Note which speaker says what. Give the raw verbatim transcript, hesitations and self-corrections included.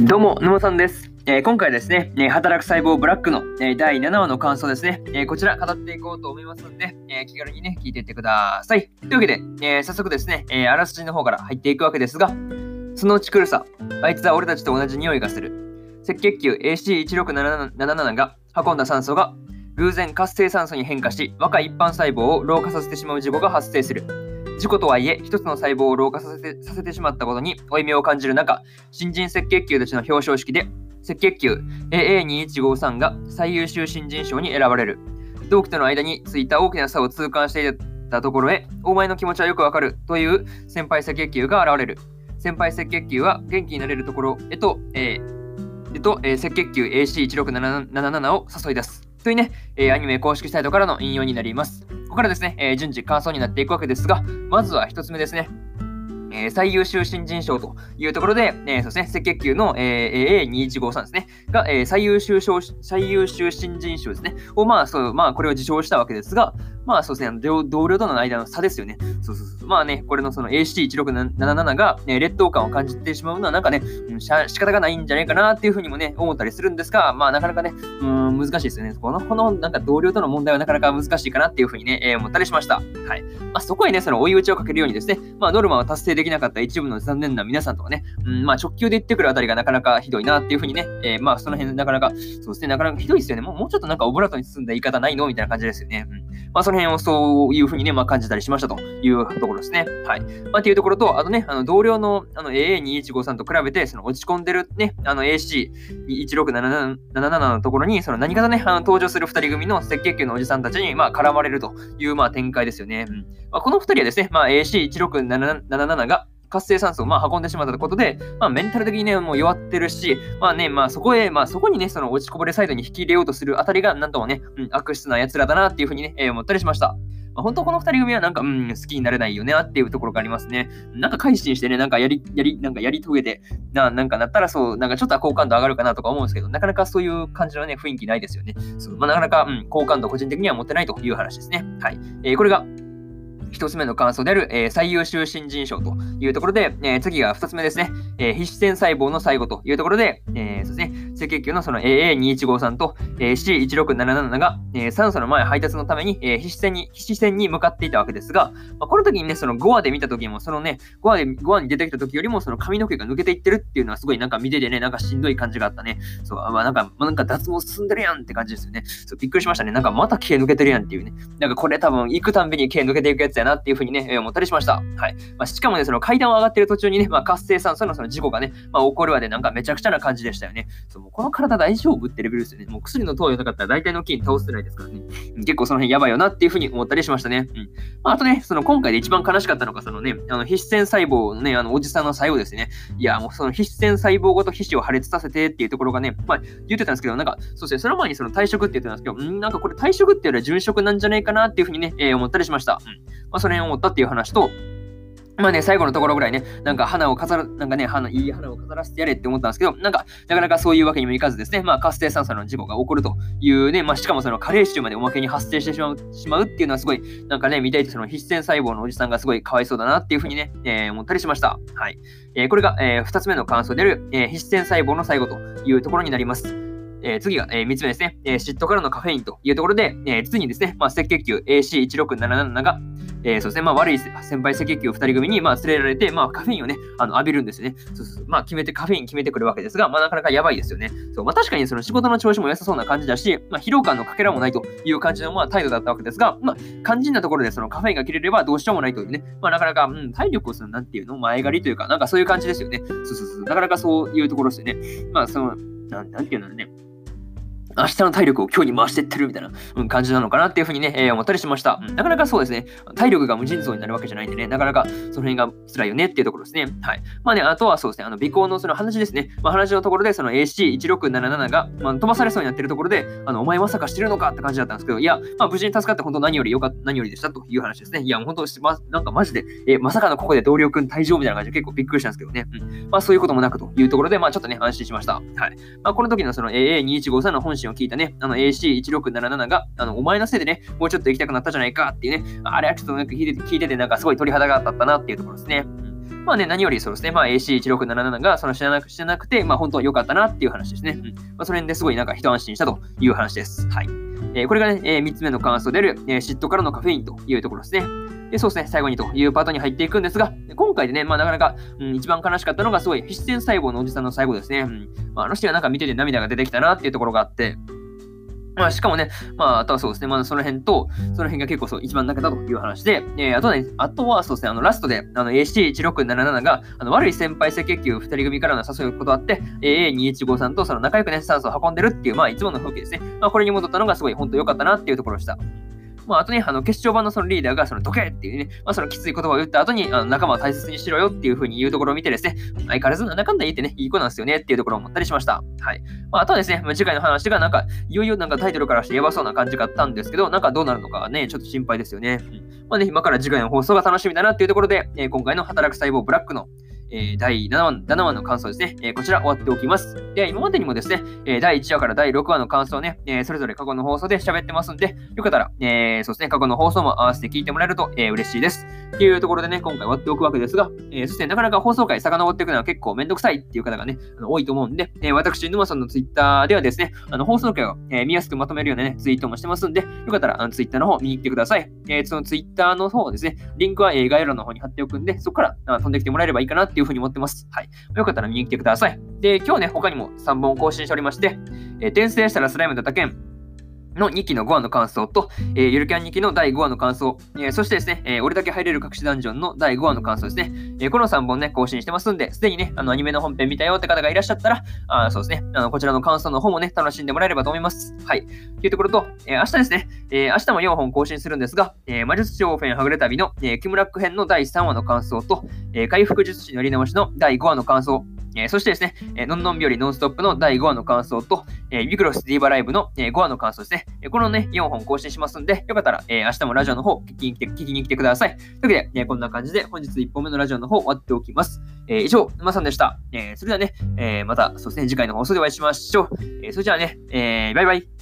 Speaker 1: どうも、沼さんです。えー、今回ですね、えー、働く細胞ブラックの、えー、だいななわの感想ですね、えー、こちら語っていこうと思いますので、えー、気軽にね、聞いていってください。というわけで、えー、早速ですね、えー、あらすじの方から入っていくわけですが、そのうち来るさ、あいつは俺たちと同じ匂いがする。赤血球 エーシーいちろくなななな が運んだ酸素が偶然活性酸素に変化し、若い一般細胞を老化させてしまう事故が発生する。事故とはいえ、一つの細胞を老化させて、させてしまったことに負い目を感じる中、新人赤血球たちの表彰式で、赤血球 エーエーにいちごさん が最優秀新人賞に選ばれる。同期との間についた大きな差を痛感していたところへ、お前の気持ちはよくわかるという先輩赤血球が現れる。先輩赤血球は元気になれるところへと、えー、へとえー、赤血球 エーシーいちろくなななな を誘い出す。というね、えー、アニメ公式サイトからの引用になります。ここからですね、えー、順次感想になっていくわけですが、まずは一つ目ですね。えー、最優秀新人賞というところで、えー、そうですね、赤血球の、えー、エーエーにいちごさん ですね、が、えー、最優秀賞、最優秀新人賞ですね、を、まあ、そう、まあ、これを受賞したわけですが、まあ、そうですね、同僚との間の差ですよね。そうそうそう。まあね、これのその エーシーいちろくななな が、ね、劣等感を感じてしまうのは、なんかね、うん、しゃ仕方がないんじゃないかなっていうふうにもね、思ったりするんですが、まあ、なかなかね、うん、難しいですよね。この、この、なんか同僚との問題はなかなか難しいかなっていうふうにね、えー、思ったりしました。はい。まあ、そこへね、その追い打ちをかけるようにですね、まあ、ノルマを達成できなかった一部の残念な皆さんとかね、うん、まあ、直球で言ってくるあたりがなかなかひどいなっていうふうにね、えー、まあ、その辺なかなか、そうですね、なかなかひどいですよね。もう、もうちょっとなんかオブラートに包んだ言い方ないのみたいな感じですよね。うん。まあ、その辺をそういうふうにね、まあ、感じたりしましたというところですね。はい。まあ、っていうところと、あとね、あの同僚のあの エーエーにいちごさん と比べて、その落ち込んでるね、あの エーシーいちろくななな のところに、その何かとね、あの登場するふたり組の赤血球のおじさんたちに、まあ、絡まれるという、まあ、展開ですよね。うん。まあ、このふたりはですね、まあ、エーシーいちろくななな が、活性酸素をまあ運んでしまったことで、まあ、メンタル的にね、もう弱ってるし、まあね、まあそこへ、まあそこにね、その落ちこぼれサイドに引き入れようとするあたりが、なんともね、うん、悪質な奴らだなっていうふうにね、えー、思ったりしました。まあ、本当この二人組はなんか、うん、好きになれないよねっていうところがありますね。なんか改心してね、なんかやり、やり、なんかやり遂げて、な、なんかなったらそう、なんかちょっと好感度上がるかなとか思うんですけど、なかなかそういう感じのね、雰囲気ないですよね。そう、まあなかなか、うん、好感度個人的には持ってないという話ですね。はい。えー、これが、一つ目の感想である、えー、最優秀新人賞というところで、えー、次が二つ目ですね、えー、皮脂腺細胞の最後というところで、えー、そうですね、赤血球のその エーエーにいちごさん と、えー、シーいちろくななな が、えー、酸素の前配達のために、えー、皮脂腺に、皮脂腺に向かっていたわけですが、まあ、この時にね、そのごわで見た時も、そのね、ごわで、ごわに出てきた時よりも、その髪の毛が抜けていってるっていうのはすごいなんか見ててね、なんかしんどい感じがあったね。そう、まあなんか、まあ、なんか脱毛進んでるやんって感じですよね。そう、びっくりしましたね。なんかまた毛抜けてるやんっていうね。なんかこれ多分行くたんびに毛抜けていくやつやなっていう風にね、思ったりしました。はい。まあ、しかもね、その階段を上がってる途中にね、まあ、活性酸素のその事故がね、まあ、起こるわで、なんかめちゃくちゃな感じでしたよね。そう、もうこの体大丈夫ってレベルですよね。もう薬の投与なかったら大体の菌倒してないですからね。結構その辺やばいよなっていう風に思ったりしましたね。うん。まあ、あとね、その今回で一番悲しかったのが、そのね、あの皮脂腺細胞のね、あのおじさんの最後ですね。いや、もうその皮脂腺細胞ごと皮脂を破裂させてっていうところがね、まあ、言ってたんですけど、なんか、そうですね、その前にその退職って言ってたんですけど、んなんかこれ退職っていうよりは殉職なんじゃないかなっていう風にね、えー、思ったりしました。うん。まあ、その辺思ったっていう話と、まあね、最後のところぐらいね、なんか花を飾る、なんかね、花、いい花を飾らせてやれって思ったんですけど、なんか、なかなかそういうわけにもいかずですね、まあ、活性酸素の事故が起こるというね、まあ、しかもその加齢臭までおまけに発生してしまう、しまうっていうのはすごい、なんかね、見ていてその皮脂腺細胞のおじさんがすごいかわいそうだなっていうふうにね、えー、思ったりしました。はい。えー、これが、えー、二つ目の感想である、えー、皮脂腺細胞の最後というところになります。えー、次が、えー、みっつめですね、えー、嫉妬からのカフェインというところで、えー、次にですね、まあ、赤血球 エーシーいちろくななな が、えー、そうですね、まあ、悪い先輩赤血球ふたり組に、まあ、連れられて、まあ、カフェインをね、あの浴びるんですよね。そうそうそう、まあ、決めて、カフェイン決めてくるわけですが、まあ、なかなかやばいですよね。そう、まあ、確かにその仕事の調子も良さそうな感じだし、まあ、疲労感のかけらもないという感じの、まあ、態度だったわけですが、まあ、肝心なところでそのカフェインが切れればどうしようもないというね、まあ、なかなか、うん、体力をするなんていうの、前借りというか、なんかそういう感じですよね。そうそうそう、なかなかそういうところですよね。まあ、その、なん、なんていうのね。明日の体力を今日に回してってるみたいな、うん、感じなのかなっていうふうにね、えー、思ったりしました、うん。なかなかそうですね、体力が無尽蔵になるわけじゃないんでね、なかなかその辺が辛いよねっていうところですね。はい。まあね、あとはそうですね、あの、尾行のその話ですね。まあ、話のところで、その エーシーいちろくななな が、まあ、飛ばされそうになってるところで、あの、お前まさかしてるのかって感じだったんですけど、いや、まあ、無事に助かって本当何よりよかった、何よりでしたという話ですね。いや、もう本当、ま、なんかマジで、えー、まさかのここで同僚くん退場みたいな感じで結構びっくりしたんですけどね。うん。まあ、そういうこともなくというところで、まあ、ちょっとね、安心しました。はい。まあ、この時のその エーエーにいちごさん の本心を聞いたね、あの、エーシーいちろくななな が、あの、お前のせいでね、もうちょっと行きたくなったじゃないかっていうね、あれはちょっとなんか聞いてて、聞いててなんかすごい鳥肌が立ったなっていうところですね。うん。 まあね、何よりそうですね、まあ エーシーいちろくなななな がその知らなく、知らなくて、まあ本当良かったなっていう話ですね。うん。まあその辺ですごいなんか一安心したという話です。はい。えー、これがね、えー、みっつめの感想である、えー、嫉妬からのカフェインというところですね。で、そうですね、最後にというパートに入っていくんですが、今回でね、まあなかなか、うん、一番悲しかったのがすごい、皮脂腺細胞のおじさんの最後ですね。うん。まああの人はなんか見てて涙が出てきたなっていうところがあって、まあ、しかもね、まあ、あとはそうですね、まあ、その辺と、その辺が結構そう、一番泣けたという話で、えー、あとはね、あとはそうですね、あの、ラストで、あの、エーシーいちろくななな が、あの、悪い先輩赤血球ふたり組からの誘いことあって、エーエーにひゃくじゅうご さんとその仲良くね、酸素を運んでるっていう、まあ、いつもの風景ですね。まあ、これに戻ったのがすごい、本当良かったなっていうところでした。まあ、あとね、あの、決勝版のそのリーダーが、その、どけっていうね、まあ、そのきつい言葉を言った後に、あの、仲間を大切にしろよっていう風に言うところを見てですね、相変わらずなんだかんだ言ってね、いい子なんですよねっていうところを思ったりしました。はい。まあ、あとはですね、まあ、次回の話がなんか、いよいよなんかタイトルからしてやばそうな感じがあったんですけど、なんかどうなるのかね、ちょっと心配ですよね。うん。まあね、今から次回の放送が楽しみだなっていうところで、えー、今回の働く細胞ブラックのえー、だいななわ、ななわの感想ですね、えー、こちら終わっておきます。で、今までにもですね、えー、だいいちわからだいろくわの感想をね、えー、それぞれ過去の放送で喋ってますんで、よかったら、えー、そうですね、過去の放送も合わせて聞いてもらえると、えー、嬉しいです。っていうところでね、今回終わっておくわけですが、えー、そしてなかなか放送回遡っていくのは結構めんどくさいっていう方がね、あの多いと思うんで、えー、私、沼さんのツイッターではですね、あの放送回を、えー、見やすくまとめるようなね、ツイートもしてますんで、よかったらあのツイッターの方見に来てください。えー、そのツイッターの方ですね、リンクは、えー、概要欄の方に貼っておくんで、そこからあ飛んできてもらえればいいかなっていうふうに思ってます。はい。よかったら見に来てください。で、今日ね、他にもさんぼん更新しておりまして、えー、転生したらスライムだった件のにきのごわの感想と、えー、ゆるキャンにきのだいごわの感想、えー、そしてですね、えー、俺だけ入れる隠しダンジョンのだいごわの感想ですね。えー、このさんぼんね、更新してますんで、すでにね、あの、アニメの本編見たよって方がいらっしゃったら、あそうですね、あの、こちらの感想の方もね、楽しんでもらえればと思います。はい。というところと、えー、明日ですね、えー、明日もよんほん更新するんですが、えー、魔術師オーフェンはぐれ旅の、えー、キムラック編のだいさんわの感想と、えー、回復術師のり直しのだいごわの感想、えー、そしてですね、えー、のんのんびよりノンストップのだいごわの感想と、えー、ビクロスディーバライブの、えー、ごわの感想ですね。えー、このね、よんほん更新しますんで、よかったら、えー、明日もラジオの方聞きに来て、聞きに来てください。というわけで、えー、こんな感じで本日いっぽんめのラジオの方終わっておきます。えー、以上、沼さんでした。えー、それではね、えー、また、そうですね、次回の放送でお会いしましょう。えー、それじゃあね、えー、バイバイ。